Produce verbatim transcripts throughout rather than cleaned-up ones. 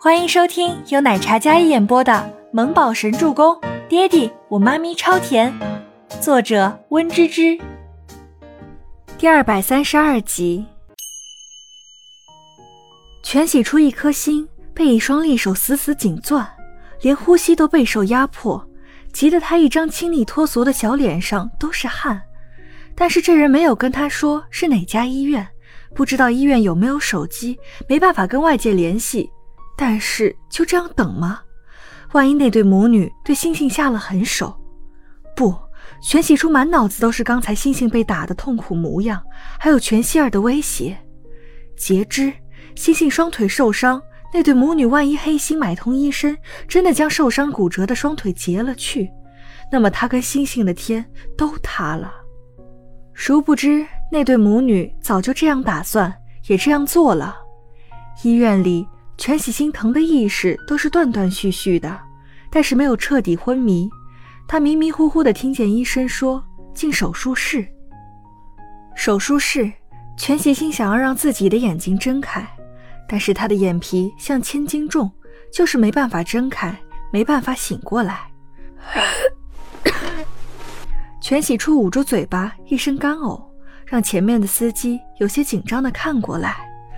欢迎收听由奶茶嘉一演播的《萌宝神助攻》，爹地我妈咪超甜，作者温芝芝。第二百三十二集。全喜出一颗心被一双利手死死紧攥，连呼吸都备受压迫，急得他一张清丽脱俗的小脸上都是汗。但是这人没有跟他说是哪家医院，不知道医院有没有手机，没办法跟外界联系。但是就这样等吗？万一那对母女对星星下了狠手？不，全喜初满脑子都是刚才星星被打的痛苦模样，还有全希儿的威胁。截肢，星星双腿受伤，那对母女万一黑心买通医生，真的将受伤骨折的双腿截了去，那么他跟星星的天都塌了。殊不知那对母女早就这样打算，也这样做了。医院里全喜心疼的意识都是断断续续的，但是没有彻底昏迷。他迷迷糊糊地听见医生说进手术室。手术室，全喜心想要让自己的眼睛睁开，但是他的眼皮像千斤重，就是没办法睁开，没办法醒过来。全喜初捂住嘴巴，一声干呕，让前面的司机有些紧张地看过来。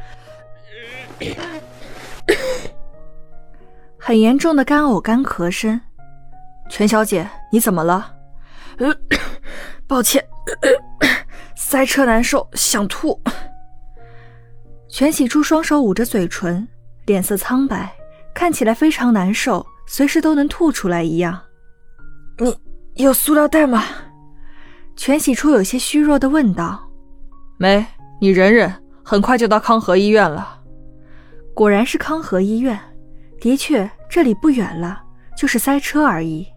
很严重的干呕干咳声。全小姐，你怎么了？呃，抱歉，呃，塞车难受，想吐。全喜初双手捂着嘴唇，脸色苍白，看起来非常难受，随时都能吐出来一样。你有塑料袋吗？全喜初有些虚弱地问道。没，你忍忍，很快就到康和医院了。果然是康和医院，的确这里不远了，就是塞车而已。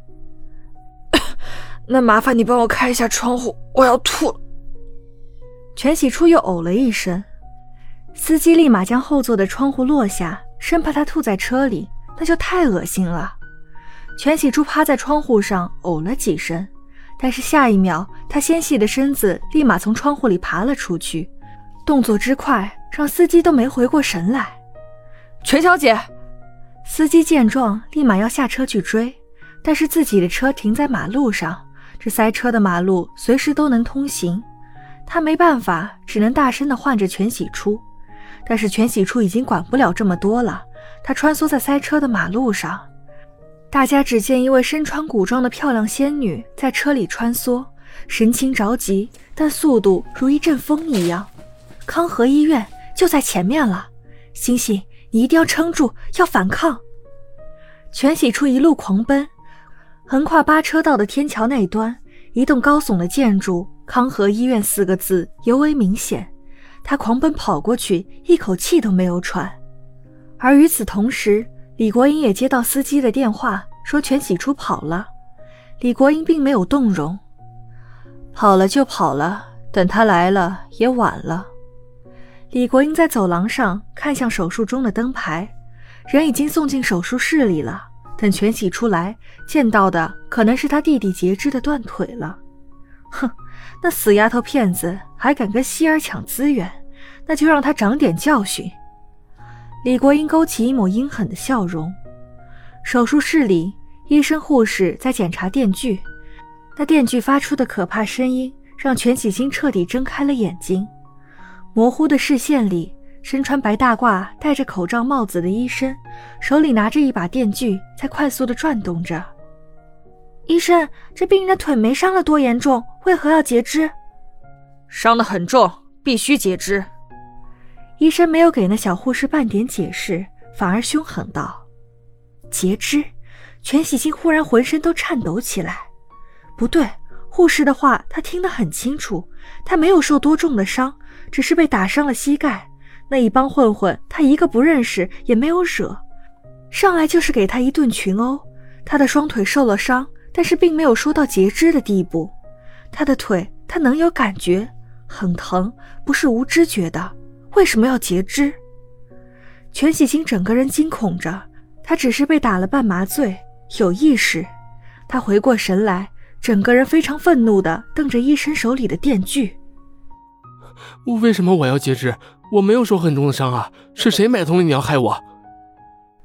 那麻烦你帮我开一下窗户，我要吐了。全喜初又呕了一声，司机立马将后座的窗户落下，生怕他吐在车里，那就太恶心了。全喜初趴在窗户上呕了几声，但是下一秒他纤细的身子立马从窗户里爬了出去，动作之快让司机都没回过神来。全小姐！司机见状立马要下车去追，但是自己的车停在马路上，这塞车的马路随时都能通行，他没办法，只能大声地唤着全喜初。但是全喜初已经管不了这么多了，他穿梭在塞车的马路上。大家只见一位身穿古装的漂亮仙女在车里穿梭，神情着急，但速度如一阵风一样。康和医院就在前面了，星星，你一定要撑住，要反抗。全喜初一路狂奔，横跨八车道的天桥那端，一栋高耸的建筑，康和医院四个字尤为明显。他狂奔跑过去，一口气都没有喘。而与此同时，李国英也接到司机的电话，说全喜初跑了。李国英并没有动容。跑了就跑了，等他来了也晚了。李国英在走廊上看向手术中的灯牌，人已经送进手术室里了，等全喜初来，见到的可能是他弟弟截肢的断腿了。哼，那死丫头片子还敢跟希儿抢资源，那就让他长点教训。李国英勾起一抹阴狠的笑容。手术室里，医生护士在检查电锯，那电锯发出的可怕声音让全喜星彻底睁开了眼睛。模糊的视线里，身穿白大褂戴着口罩帽子的医生手里拿着一把电锯在快速地转动着。医生，这病人的腿没伤得多严重，为何要截肢？伤得很重，必须截肢。医生没有给那小护士半点解释，反而凶狠道。截肢？全喜星忽然浑身都颤抖起来。不对，护士的话他听得很清楚，他没有受多重的伤，只是被打伤了膝盖。那一帮混混他一个不认识，也没有惹，上来就是给他一顿群殴。他的双腿受了伤，但是并没有说到截肢的地步。他的腿他能有感觉，很疼，不是无知觉的，为什么要截肢？全喜星整个人惊恐着，他只是被打了半麻醉，有意识。他回过神来，整个人非常愤怒地瞪着医生手里的电锯。 为什么我要截肢？我没有受很重的伤啊，是谁买通了你要害我？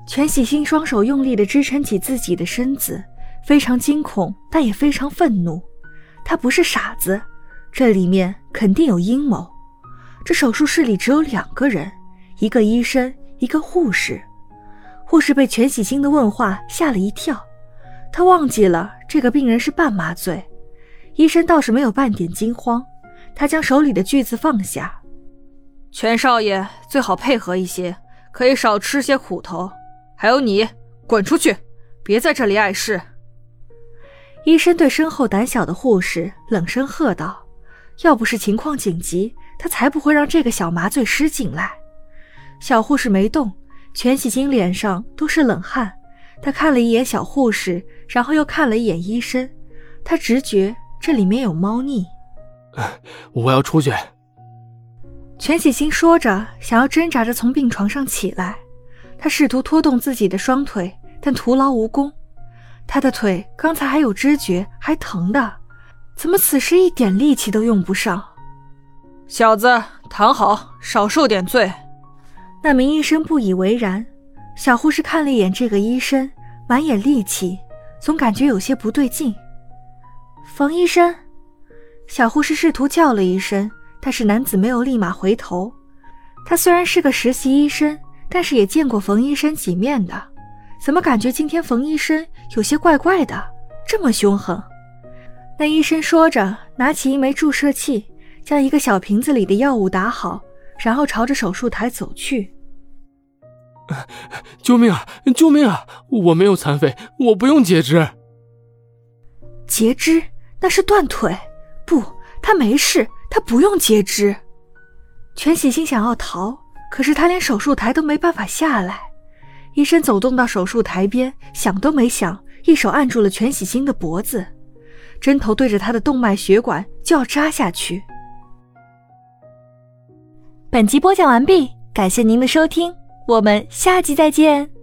全喜星双手用力地支撑起自己的身子，非常惊恐，但也非常愤怒。他不是傻子，这里面肯定有阴谋。这手术室里只有两个人，一个医生，一个护士。护士被全喜星的问话吓了一跳，他忘记了这个病人是半麻醉。医生倒是没有半点惊慌，他将手里的锯子放下。全少爷最好配合一些，可以少吃些苦头。还有你，滚出去，别在这里碍事。医生对身后胆小的护士冷声喝道，要不是情况紧急，他才不会让这个小麻醉师进来。小护士没动，全喜星脸上都是冷汗。他看了一眼小护士，然后又看了一眼医生，他直觉这里面有猫腻。 我要出去。 全喜星说着，想要挣扎着从病床上起来。他试图拖动自己的双腿，但徒劳无功。他的腿刚才还有知觉，还疼的，怎么此时一点力气都用不上？小子，躺好，少受点罪。那名医生不以为然。小护士看了一眼这个医生，满眼戾气，总感觉有些不对劲。冯医生。小护士试图叫了一声，但是男子没有立马回头。他虽然是个实习医生，但是也见过冯医生几面的，怎么感觉今天冯医生有些怪怪的，这么凶狠？那医生说着，拿起一枚注射器，将一个小瓶子里的药物打好，然后朝着手术台走去。 救命啊！救命啊！我没有残废，我不用截肢。 截肢？那是断腿。不，他没事，他不用截肢。全喜星想要逃，可是他连手术台都没办法下来。医生走动到手术台边，想都没想，一手按住了全喜星的脖子，针头对着他的动脉血管就要扎下去。本集播讲完毕，感谢您的收听，我们下集再见。